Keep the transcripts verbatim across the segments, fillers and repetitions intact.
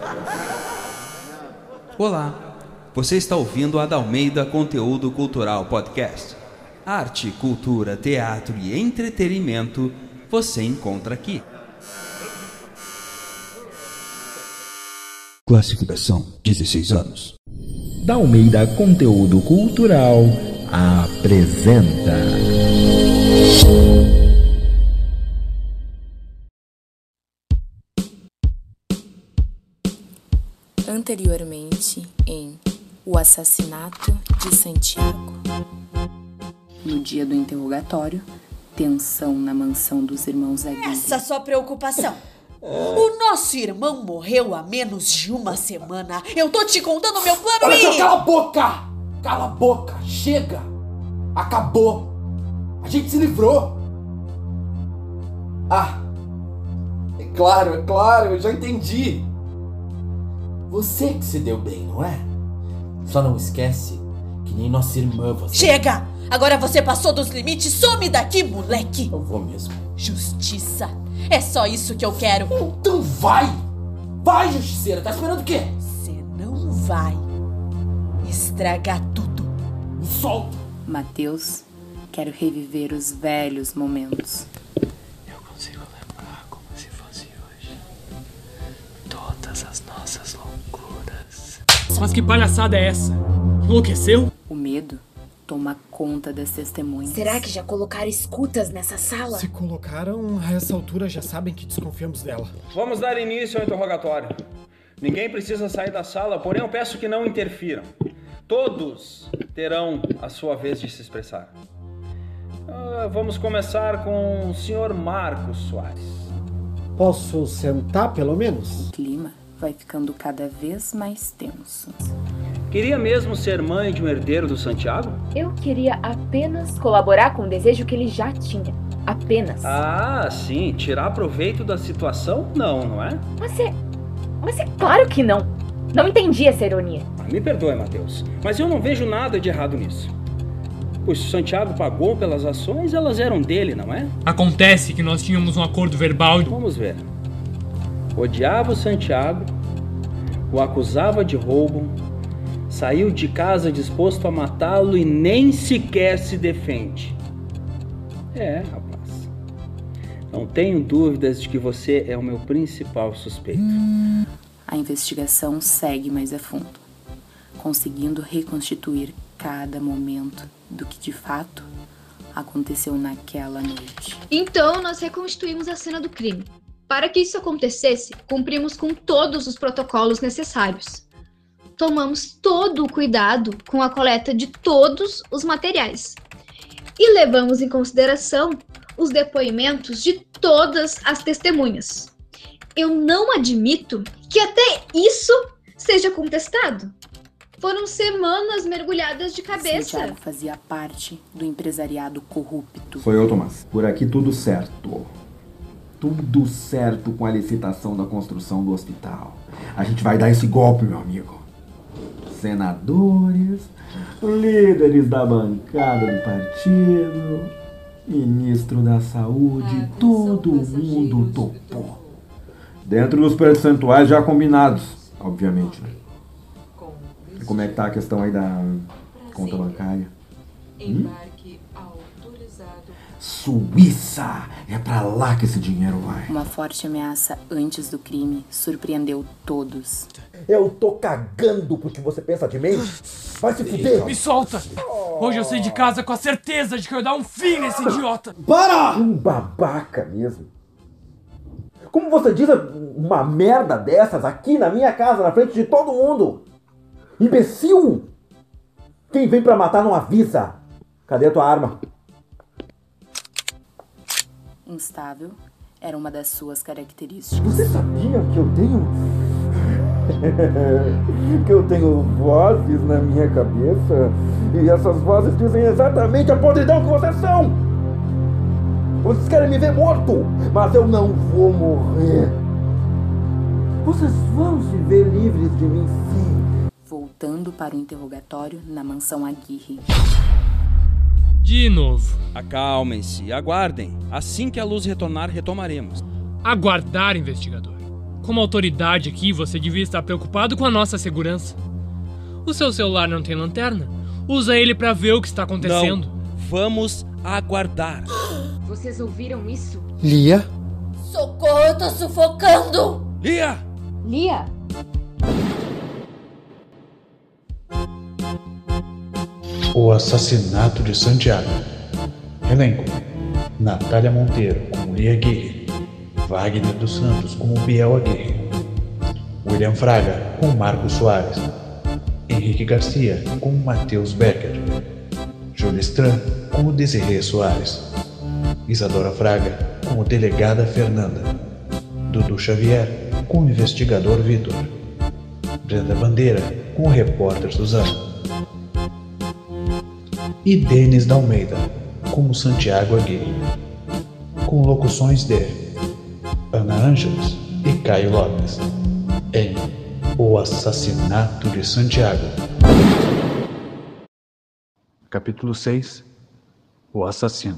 Olá, você está ouvindo a Dalmeida Conteúdo Cultural Podcast. Arte, cultura, teatro e entretenimento você encontra aqui. Classificação dezesseis anos. Dalmeida Conteúdo Cultural apresenta. Anteriormente em O Assassinato de Santiago. No dia do interrogatório, tensão na mansão dos irmãos Aguirre. Essa sua preocupação. O nosso irmão morreu há menos de uma semana. Eu tô te contando meu plano. Olha e... só, cala a boca! Cala a boca! Chega! Acabou! A gente se livrou! Ah! É claro, é claro, eu já entendi! Você que se deu bem, não é? Só não esquece que nem nossa irmã você... Chega! Agora você passou dos limites. Some daqui, moleque! Eu vou mesmo. Justiça. É só isso que eu quero. Então vai! Vai, justiceira! Tá esperando o quê? Você não vai estragar tudo. Me solta! Mateus, quero reviver os velhos momentos. Eu consigo lembrar como se fosse hoje. Todas as nossas loucuras. Mas que palhaçada é essa? Enlouqueceu? O medo toma conta das testemunhas. Será que já colocaram escutas nessa sala? Se colocaram, a essa altura já sabem que desconfiamos dela. Vamos dar início ao interrogatório. Ninguém precisa sair da sala, porém eu peço que não interfiram. Todos terão a sua vez de se expressar. Uh, vamos começar com o senhor Marcos Soares. Posso sentar, pelo menos? O clima vai ficando cada vez mais tenso. Queria mesmo ser mãe de um herdeiro do Santiago? Eu queria apenas colaborar com o desejo que ele já tinha. Apenas. Ah, sim. Tirar proveito da situação? Não, não é? Mas é... Mas é claro que não. Não entendi essa ironia. Ah, me perdoe, Mateus, mas eu não vejo nada de errado nisso. Pois se o Santiago pagou pelas ações, elas eram dele, não é? Acontece que nós tínhamos um acordo verbal. Vamos ver. Odiava o Santiago, o acusava de roubo, saiu de casa disposto a matá-lo e nem sequer se defende. É, rapaz. Não tenho dúvidas de que você é o meu principal suspeito. A investigação segue mais a fundo, conseguindo reconstituir cada momento do que de fato aconteceu naquela noite. Então, nós reconstituímos a cena do crime. Para que isso acontecesse, cumprimos com todos os protocolos necessários. Tomamos todo o cuidado com a coleta de todos os materiais. E levamos em consideração os depoimentos de todas as testemunhas. Eu não admito que até isso seja contestado. Foram semanas mergulhadas de cabeça. Santiago fazia parte do empresariado corrupto. Sou eu, Tomás. Por aqui tudo certo. Tudo certo com a licitação da construção do hospital. A gente vai dar esse golpe, meu amigo. Senadores, líderes da bancada do partido, ministro da saúde, todo mundo topou. Dentro dos percentuais já combinados, obviamente. Né? E como é que tá a questão aí da conta bancária? Hum? Suíça! É pra lá que esse dinheiro vai. Uma forte ameaça antes do crime surpreendeu todos. Eu tô cagando pro que você pensa de mim. Vai se fuder. Me solta! Hoje eu saí de casa com a certeza de que eu ia dar um fim nesse idiota. Para! Um babaca mesmo. Como você diz uma merda dessas aqui na minha casa, na frente de todo mundo? Imbecil! Quem vem pra matar não avisa. Cadê a tua arma? Instável era uma das suas características. Você sabia que eu tenho... que eu tenho vozes na minha cabeça? E essas vozes dizem exatamente a podridão que vocês são! Vocês querem me ver morto, mas eu não vou morrer. Vocês vão se ver livres de mim, sim. Voltando para o interrogatório na mansão Aguirre. De novo. Acalmem-se, aguardem. Assim que a luz retornar, retomaremos. Aguardar, investigador. Como autoridade aqui, você devia estar preocupado com a nossa segurança. O seu celular não tem lanterna? Usa ele pra ver o que está acontecendo. Não. Vamos aguardar. Vocês ouviram isso? Lia? Socorro, eu tô sufocando! Lia! Lia? O assassinato de Santiago. Elenco: Natália Monteiro como Lia Aguirre, Wagner dos Santos como Biel Aguirre, William Fraga como Marcos Soares, Henrique Garcia como Matheus Becker, Júlia Stran como Desirê Soares, Isadora Fraga como Delegada Fernanda, Dudu Xavier como Investigador Vitor, Brenda Bandeira como Repórter Suzano e Denis da Almeida como Santiago Aguirre, com locuções de Ana Ângeles e Caio Lopes, em O Assassinato de Santiago. Capítulo seis. O Assassino.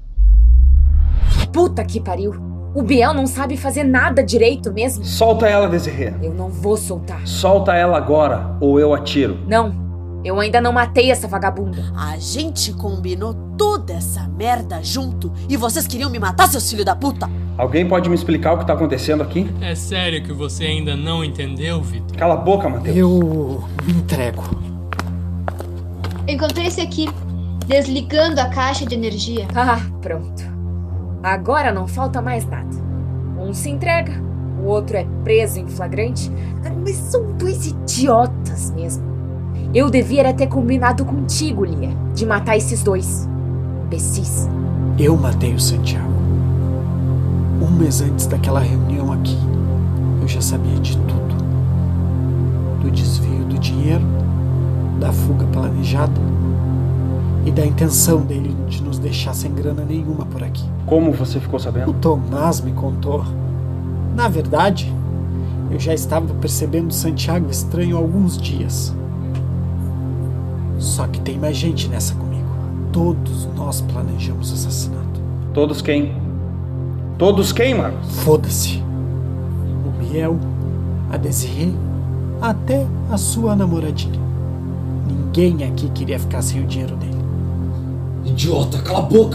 Puta que pariu! O Biel não sabe fazer nada direito mesmo. Solta ela, Desirê. Eu não vou soltar. Solta ela agora, ou eu atiro. Não, eu ainda não matei essa vagabunda. A gente combinou toda essa merda junto e vocês queriam me matar, seus filhos da puta? Alguém pode me explicar o que tá acontecendo aqui? É sério que você ainda não entendeu, Vitor? Cala a boca, Matheus. Eu me entrego. Encontrei esse aqui, desligando a caixa de energia. Ah, pronto. Agora não falta mais nada. Um se entrega, o outro é preso em flagrante. Mas são dois idiotas mesmo. Eu devia ter combinado contigo, Lia, de matar esses dois imbecis. Eu matei o Santiago. Um mês antes daquela reunião aqui, eu já sabia de tudo. Do desvio do dinheiro, da fuga planejada e da intenção dele de nos deixar sem grana nenhuma por aqui. Como você ficou sabendo? O Tomás me contou. Na verdade, eu já estava percebendo o Santiago estranho há alguns dias. Só que tem mais gente nessa comigo. Todos nós planejamos o assassinato. Todos quem? Todos quem, Marcos? Foda-se. O Biel, a Desirê, até a sua namoradinha. Ninguém aqui queria ficar sem o dinheiro dele. Idiota, cala a boca!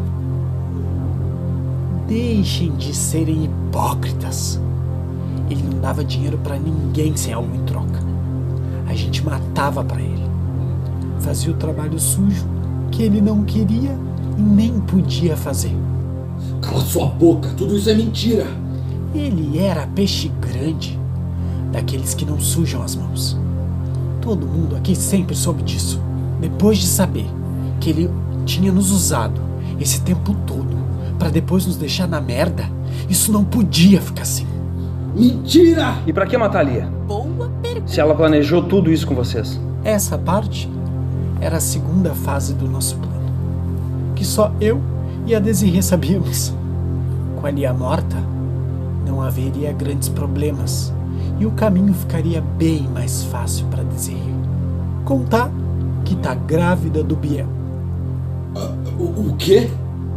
Deixem de serem hipócritas. Ele não dava dinheiro pra ninguém sem algo em troca. A gente matava pra ele. Fazia o trabalho sujo que ele não queria e nem podia fazer. Cala sua boca, tudo isso é mentira. Ele era peixe grande, daqueles que não sujam as mãos. Todo mundo aqui sempre soube disso. Depois de saber que ele tinha nos usado esse tempo todo pra depois nos deixar na merda, isso não podia ficar assim. Mentira! E pra que matar a Lia? Boa pergunta. Se ela planejou tudo isso com vocês. Essa parte era a segunda fase do nosso plano, que só eu e a Desirê sabíamos. Com a Lia morta, não haveria grandes problemas e o caminho ficaria bem mais fácil para Desirê contar que tá grávida do Biel. Uh, o, o quê?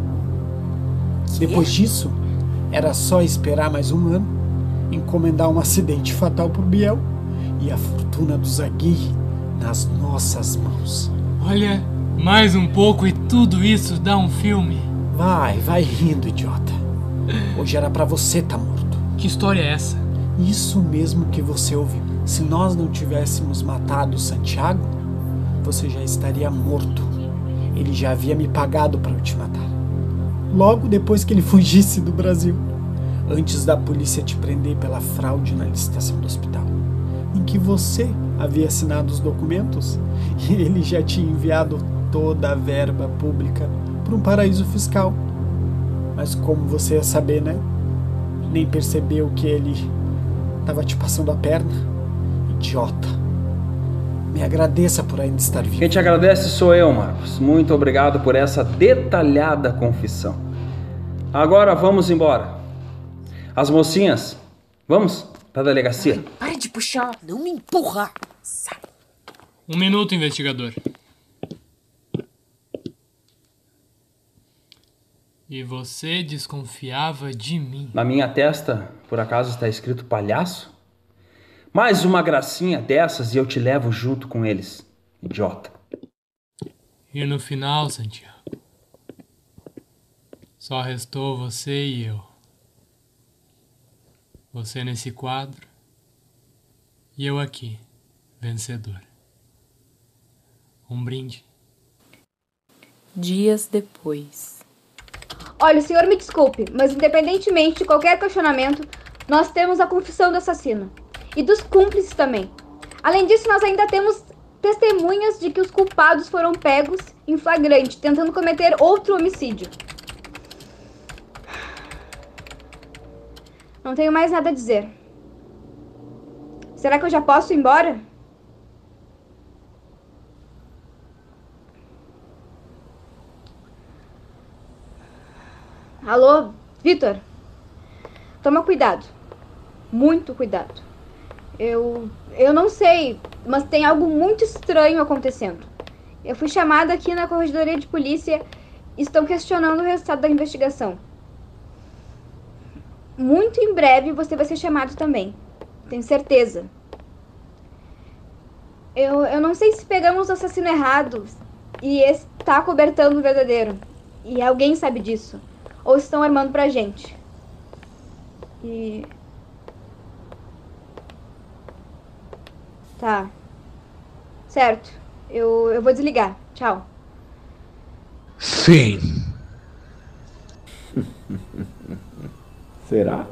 Depois disso, era só esperar mais um ano, encomendar um acidente fatal pro Biel e a fortuna dos Aguirre nas nossas mãos. Olha, mais um pouco e tudo isso dá um filme. Vai, vai rindo, idiota. Hoje era pra você tá morto. Que história é essa? Isso mesmo que você ouviu. Se nós não tivéssemos matado o Santiago, você já estaria morto. Ele já havia me pagado pra eu te matar. Logo depois que ele fugisse do Brasil. Antes da polícia te prender pela fraude na licitação do hospital. Em que você havia assinado os documentos e ele já tinha enviado toda a verba pública para um paraíso fiscal. Mas como você ia saber, né? Nem percebeu que ele estava te passando a perna. Idiota. Me agradeça por ainda estar vivo. Quem te agradece sou eu, Marcos. Muito obrigado por essa detalhada confissão. Agora vamos embora. As mocinhas, vamos para a delegacia. Ai, para de puxar. Não me empurra. Sai. Um minuto, investigador. E você desconfiava de mim? Na minha testa, por acaso, está escrito palhaço? Mais uma gracinha dessas e eu te levo junto com eles, idiota. E no final, Santiago, só restou você e eu. Você nesse quadro e eu aqui, vencedor. Um brinde. Dias depois. Olha, o senhor me desculpe, mas independentemente de qualquer questionamento, nós temos a confissão do assassino. E dos cúmplices também. Além disso, nós ainda temos testemunhas de que os culpados foram pegos em flagrante, tentando cometer outro homicídio. Não tenho mais nada a dizer. Será que eu já posso ir embora? Alô, Vitor? Toma cuidado. Muito cuidado. Eu, eu não sei, mas tem algo muito estranho acontecendo. Eu fui chamada aqui na corregedoria de polícia e estão questionando o resultado da investigação. Muito em breve você vai ser chamado também. Tenho certeza. Eu, eu não sei se pegamos o assassino errado e esse tá cobertando o verdadeiro. E alguém sabe disso. Ou estão armando pra gente. E... Tá. Certo. Eu, eu vou desligar. Tchau. Fim. Será?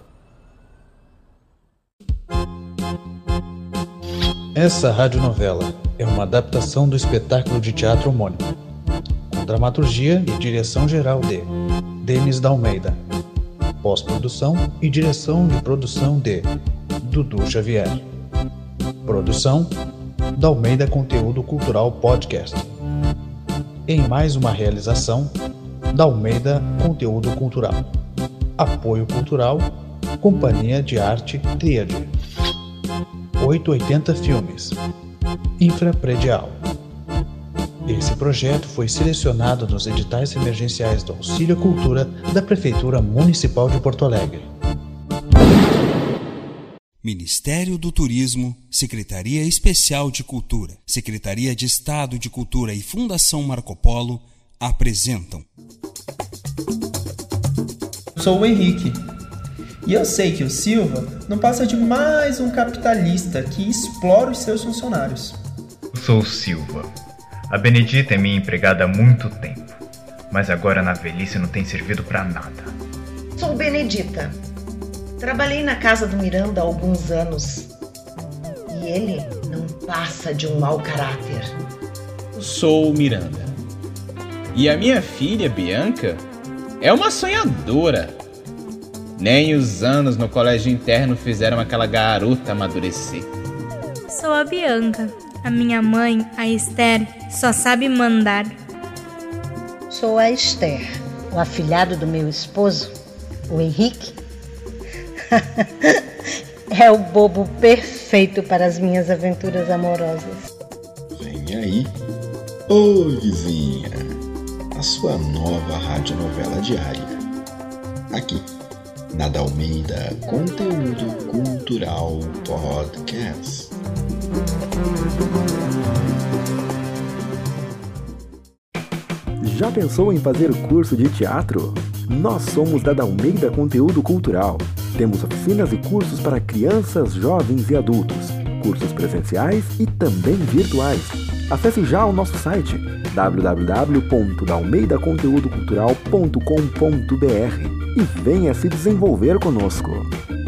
Essa radionovela é uma adaptação do espetáculo de teatro homônimo, com dramaturgia e direção geral de Denis Dalmeida, pós-produção e direção de produção de Dudu Xavier. Produção Dalmeida Conteúdo Cultural Podcast. Em mais uma realização Dalmeida Conteúdo Cultural. Apoio Cultural Companhia de Arte Tríade. oitocentos e oitenta Filmes. Infrapredial. Esse projeto foi selecionado nos editais emergenciais do Auxílio à Cultura da Prefeitura Municipal de Porto Alegre. Ministério do Turismo, Secretaria Especial de Cultura, Secretaria de Estado de Cultura e Fundação Marco Polo apresentam. Sou o Henrique, e eu sei que o Silva não passa de mais um capitalista que explora os seus funcionários. Sou o Silva. A Benedita é minha empregada há muito tempo, mas agora na velhice não tem servido pra nada. Sou Benedita. Trabalhei na casa do Miranda há alguns anos e ele não passa de um mau caráter. Sou o Miranda. E a minha filha, Bianca, é uma sonhadora. Nem os anos no colégio interno fizeram aquela garota amadurecer. Sou a Bianca. A minha mãe, a Esther, só sabe mandar. Sou a Esther, o afilhado do meu esposo, o Henrique. É o bobo perfeito para as minhas aventuras amorosas. Vem aí, ô vizinha, a sua nova radionovela diária. Aqui, na Dalmeida Conteúdo Cultural Podcast. Já pensou em fazer curso de teatro? Nós somos da Dalmeida Conteúdo Cultural. Temos oficinas e cursos para crianças, jovens e adultos. Cursos presenciais e também virtuais. Acesse já o nosso site w w w ponto dalmeida conteúdo cultural ponto com ponto b r e venha se desenvolver conosco.